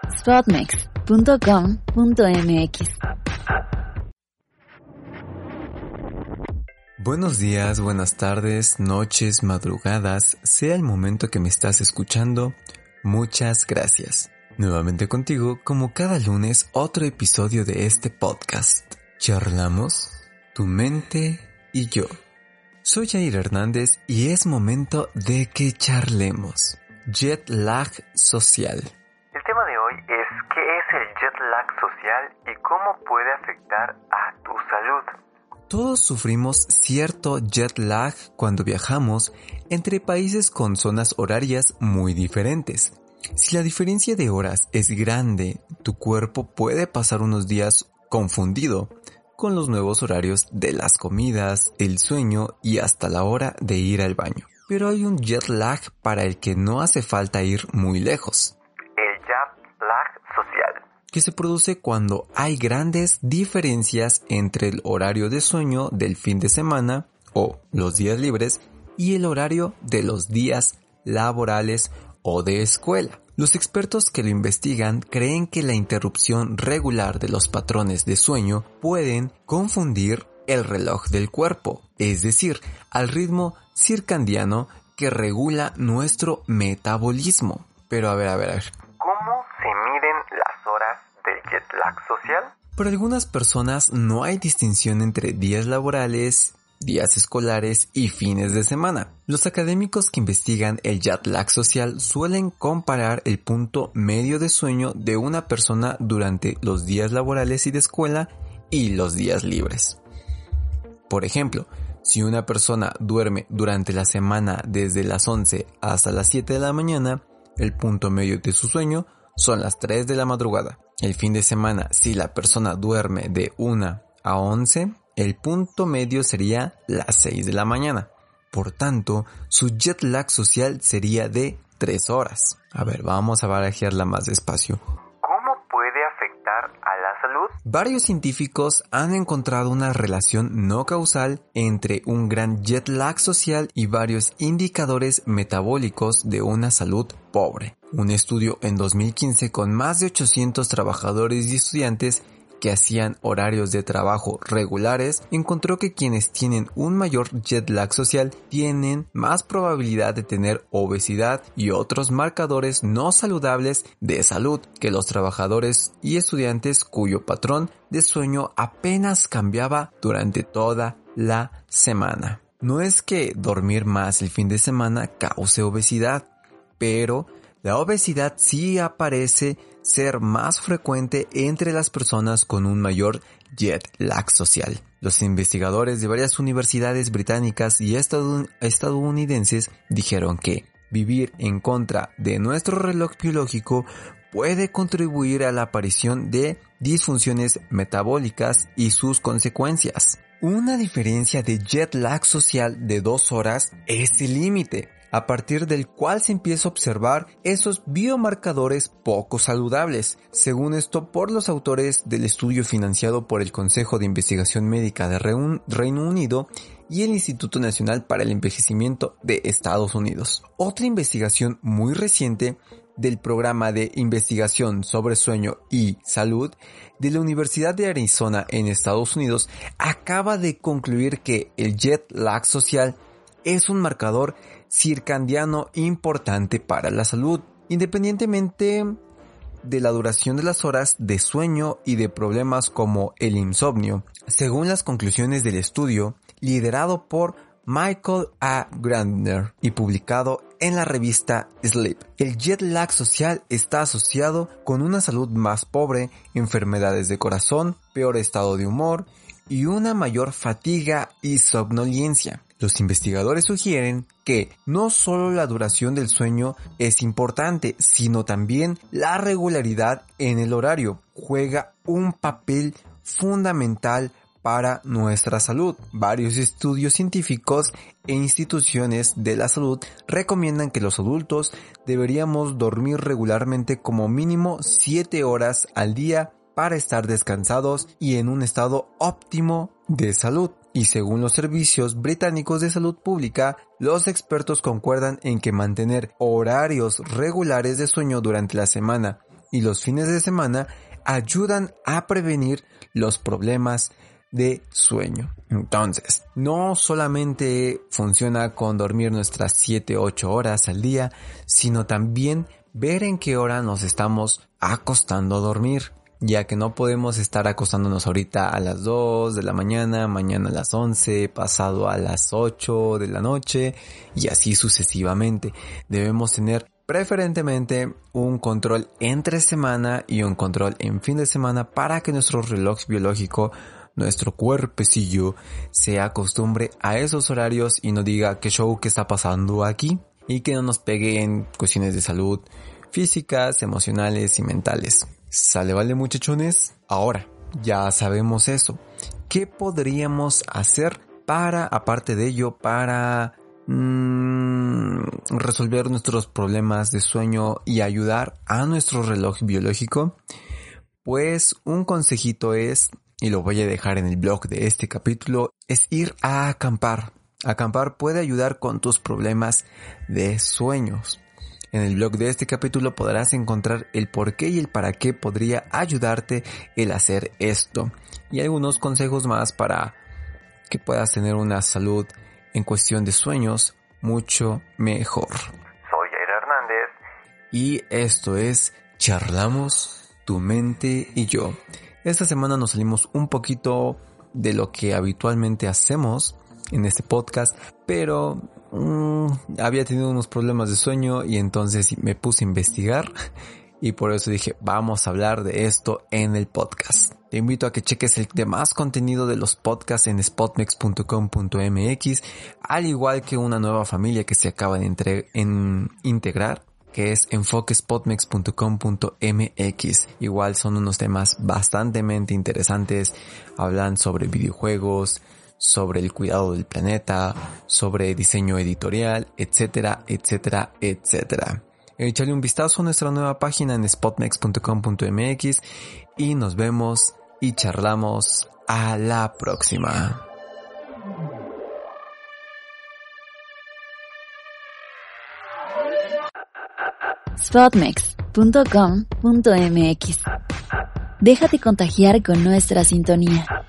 spotmex.com.mx. Buenos días, buenas tardes, noches, madrugadas, sea el momento que me estás escuchando, muchas gracias. Nuevamente contigo, como cada lunes, otro episodio de este podcast. Charlamos, tu mente y yo. Soy Jair Hernández y es momento de que charlemos. Jet lag social. El tema de hoy es ¿qué es el jet lag social y cómo puede afectar a tu salud? Todos sufrimos cierto jet lag cuando viajamos entre países con zonas horarias muy diferentes. Si la diferencia de horas es grande, tu cuerpo puede pasar unos días confundido con los nuevos horarios de las comidas, el sueño y hasta la hora de ir al baño. Pero hay un jet lag para el que no hace falta ir muy lejos. El jet lag social. Que se produce cuando hay grandes diferencias entre el horario de sueño del fin de semana o los días libres y el horario de los días laborales o de escuela. Los expertos que lo investigan creen que la interrupción regular de los patrones de sueño pueden confundir el reloj del cuerpo, es decir, al ritmo circadiano que regula nuestro metabolismo. Pero a ver. ¿Cómo se miden las horas del jet lag social? Para algunas personas no hay distinción entre días laborales, días escolares y fines de semana. Los académicos que investigan el jet lag social suelen comparar el punto medio de sueño de una persona durante los días laborales y de escuela y los días libres. Por ejemplo, si una persona duerme durante la semana desde las 11 hasta las 7 de la mañana, el punto medio de su sueño son las 3 de la madrugada. El fin de semana, si la persona duerme de 1 a 11, el punto medio sería las 6 de la mañana. Por tanto, su jet lag social sería de 3 horas. A ver, vamos a barajearla más despacio. ¿Cómo puede afectar a la salud? Varios científicos han encontrado una relación no causal entre un gran jet lag social y varios indicadores metabólicos de una salud pobre. Un estudio en 2015 con más de 800 trabajadores y estudiantes que hacían horarios de trabajo regulares encontró que quienes tienen un mayor jet lag social tienen más probabilidad de tener obesidad y otros marcadores no saludables de salud que los trabajadores y estudiantes cuyo patrón de sueño apenas cambiaba durante toda la semana. No es que dormir más el fin de semana cause obesidad, pero la obesidad sí aparece ser más frecuente entre las personas con un mayor jet lag social. Los investigadores de varias universidades británicas y estadounidenses dijeron que vivir en contra de nuestro reloj biológico puede contribuir a la aparición de disfunciones metabólicas y sus consecuencias. Una diferencia de jet lag social de 2 horas es el límite a partir del cual se empieza a observar esos biomarcadores poco saludables. Según esto, por los autores del estudio financiado por el Consejo de Investigación Médica de Reino Unido y el Instituto Nacional para el Envejecimiento de Estados Unidos. Otra investigación muy reciente del Programa de Investigación sobre Sueño y Salud de la Universidad de Arizona en Estados Unidos acaba de concluir que el jet lag social es un marcador circadiano importante para la salud, independientemente de la duración de las horas de sueño y de problemas como el insomnio. Según las conclusiones del estudio, liderado por Michael A. Grandner y publicado en la revista Sleep, el jet lag social está asociado con una salud más pobre, enfermedades de corazón, peor estado de humor y una mayor fatiga y somnolencia. Los investigadores sugieren que no solo la duración del sueño es importante, sino también la regularidad en el horario juega un papel fundamental para nuestra salud. Varios estudios científicos e instituciones de la salud recomiendan que los adultos deberíamos dormir regularmente como mínimo 7 horas al día para estar descansados y en un estado óptimo de salud. Y según los servicios británicos de salud pública, los expertos concuerdan en que mantener horarios regulares de sueño durante la semana y los fines de semana ayudan a prevenir los problemas de sueño. Entonces, no solamente funciona con dormir nuestras 7-8 horas al día, sino también ver en qué hora nos estamos acostando a dormir, ya que no podemos estar acostándonos ahorita a las 2 de la mañana, mañana a las 11, pasado a las 8 de la noche y así sucesivamente. Debemos tener preferentemente un control entre semana y un control en fin de semana para que nuestro reloj biológico, nuestro cuerpecillo, se acostumbre a esos horarios y no diga qué show que está pasando aquí, y que no nos pegue en cuestiones de salud físicas, emocionales y mentales. ¿Sale, vale, muchachones? Ahora, ya sabemos eso. ¿Qué podríamos hacer para, aparte de ello, para resolver nuestros problemas de sueño y ayudar a nuestro reloj biológico? Pues un consejito es, y lo voy a dejar en el blog de este capítulo, es ir a acampar. Acampar puede ayudar con tus problemas de sueños. En el blog de este capítulo podrás encontrar el por qué y el para qué podría ayudarte el hacer esto, y algunos consejos más para que puedas tener una salud en cuestión de sueños mucho mejor. Soy Jair Hernández y esto es Charlamos, tu mente y yo. Esta semana nos salimos un poquito de lo que habitualmente hacemos en este podcast, pero había tenido unos problemas de sueño y entonces me puse a investigar y por eso dije, vamos a hablar de esto en el podcast. Te invito a que cheques el demás contenido de los podcasts en spotmex.com.mx, al igual que una nueva familia que se acaba de integrar, que es enfoquespotmex.com.mx. Igual son unos temas bastante interesantes, hablan sobre videojuegos, sobre el cuidado del planeta, sobre diseño editorial, etcétera, etcétera, etcétera. Échale un vistazo a nuestra nueva página en spotmex.com.mx y nos vemos y charlamos a la próxima. Spotmex.com.mx. Déjate contagiar con nuestra sintonía.